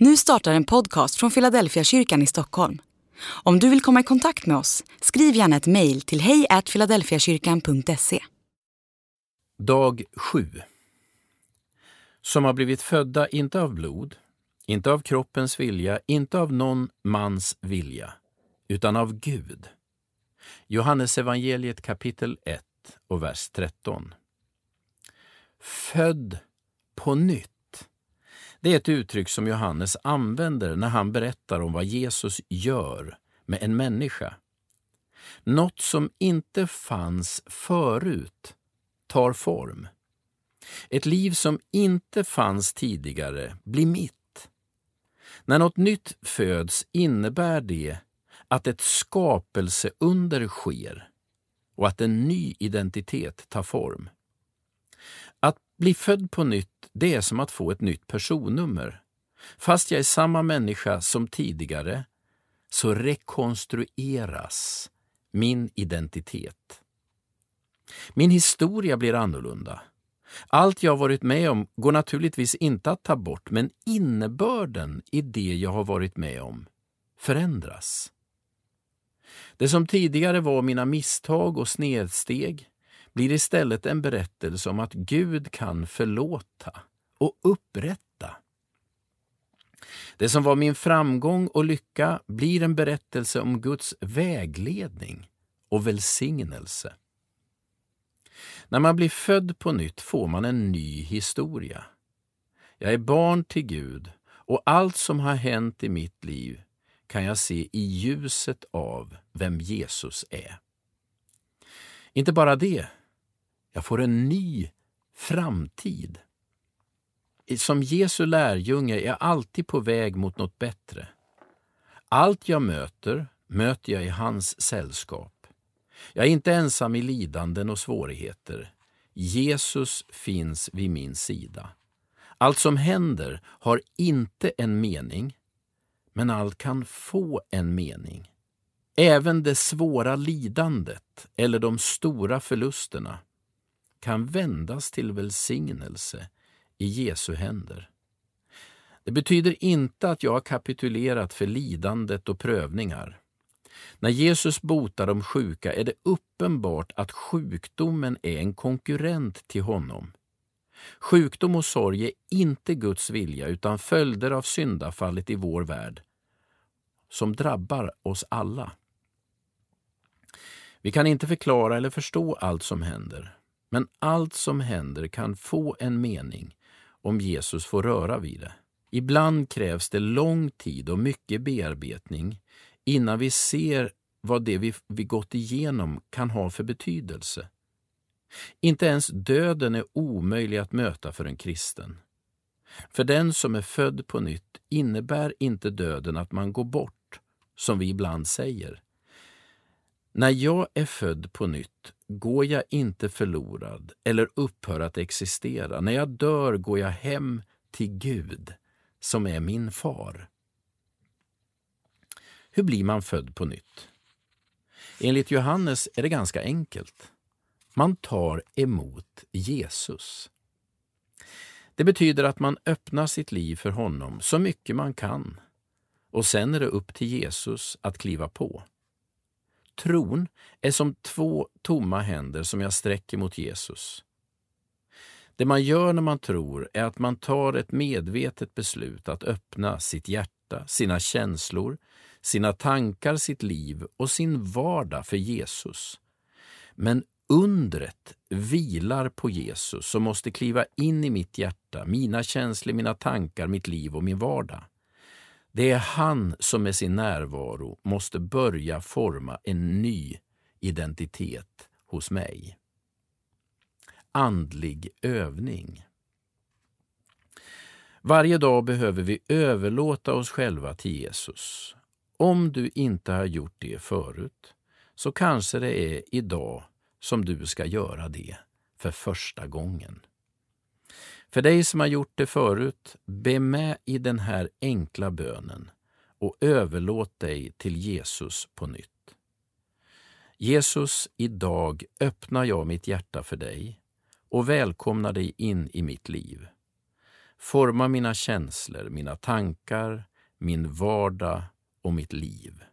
Nu startar en podcast från Philadelphia kyrkan i Stockholm. Om du vill komma i kontakt med oss, skriv gärna ett mejl till hej@philadelphiakyrkan.se. Dag 7. Som har blivit födda inte av blod, inte av kroppens vilja, inte av någon mans vilja, utan av Gud. Johannes evangeliet kapitel 1 och vers 13. Född på nytt. Det är ett uttryck som Johannes använder när han berättar om vad Jesus gör med en människa. Något som inte fanns förut tar form. Ett liv som inte fanns tidigare blir mitt. När något nytt föds innebär det att ett skapelseunder sker och att en ny identitet tar form. Att bli född på nytt, det är som att få ett nytt personnummer. Fast jag är samma människa som tidigare, så rekonstrueras min identitet. Min historia blir annorlunda. Allt jag har varit med om går naturligtvis inte att ta bort, men innebörden i det jag har varit med om förändras. Det som tidigare var mina misstag och snedsteg blir istället en berättelse om att Gud kan förlåta och upprätta. Det som var min framgång och lycka blir en berättelse om Guds vägledning och välsignelse. När man blir född på nytt får man en ny historia. Jag är barn till Gud och allt som har hänt i mitt liv kan jag se i ljuset av vem Jesus är. Inte bara det, jag får en ny framtid. Som Jesu lärjunge är jag alltid på väg mot något bättre. Allt jag möter jag i hans sällskap. Jag är inte ensam i lidanden och svårigheter. Jesus finns vid min sida. Allt som händer har inte en mening, men allt kan få en mening. Även det svåra lidandet eller de stora förlusterna kan vändas till välsignelse i Jesu händer. Det betyder inte att jag har kapitulerat för lidandet och prövningar. När Jesus botar de sjuka är det uppenbart att sjukdomen är en konkurrent till honom. Sjukdom och sorg är inte Guds vilja utan följder av syndafallet i vår värld som drabbar oss alla. Vi kan inte förklara eller förstå allt som händer, men allt som händer kan få en mening om Jesus får röra vid det. Ibland krävs det lång tid och mycket bearbetning innan vi ser vad det vi gått igenom kan ha för betydelse. Inte ens döden är omöjlig att möta för en kristen. För den som är född på nytt innebär inte döden att man går bort, som vi ibland säger. När jag är född på nytt går jag inte förlorad eller upphör att existera. När jag dör går jag hem till Gud, som är min far. Hur blir man född på nytt? Enligt Johannes är det ganska enkelt. Man tar emot Jesus. Det betyder att man öppnar sitt liv för honom så mycket man kan. Och sen är det upp till Jesus att kliva på. Tron är som 2 tomma händer som jag sträcker mot Jesus. Det man gör när man tror är att man tar ett medvetet beslut att öppna sitt hjärta, sina känslor, sina tankar, sitt liv och sin vardag för Jesus. Men undret vilar på Jesus som måste kliva in i mitt hjärta, mina känslor, mina tankar, mitt liv och min vardag. Det är han som med sin närvaro måste börja forma en ny identitet hos mig. Andlig övning. Varje dag behöver vi överlåta oss själva till Jesus. Om du inte har gjort det förut, så kanske det är idag som du ska göra det för första gången. För dig som har gjort det förut, be med i den här enkla bönen och överlåt dig till Jesus på nytt. Jesus, idag öppnar jag mitt hjärta för dig och välkomnar dig in i mitt liv. Forma mina känslor, mina tankar, min vardag och mitt liv.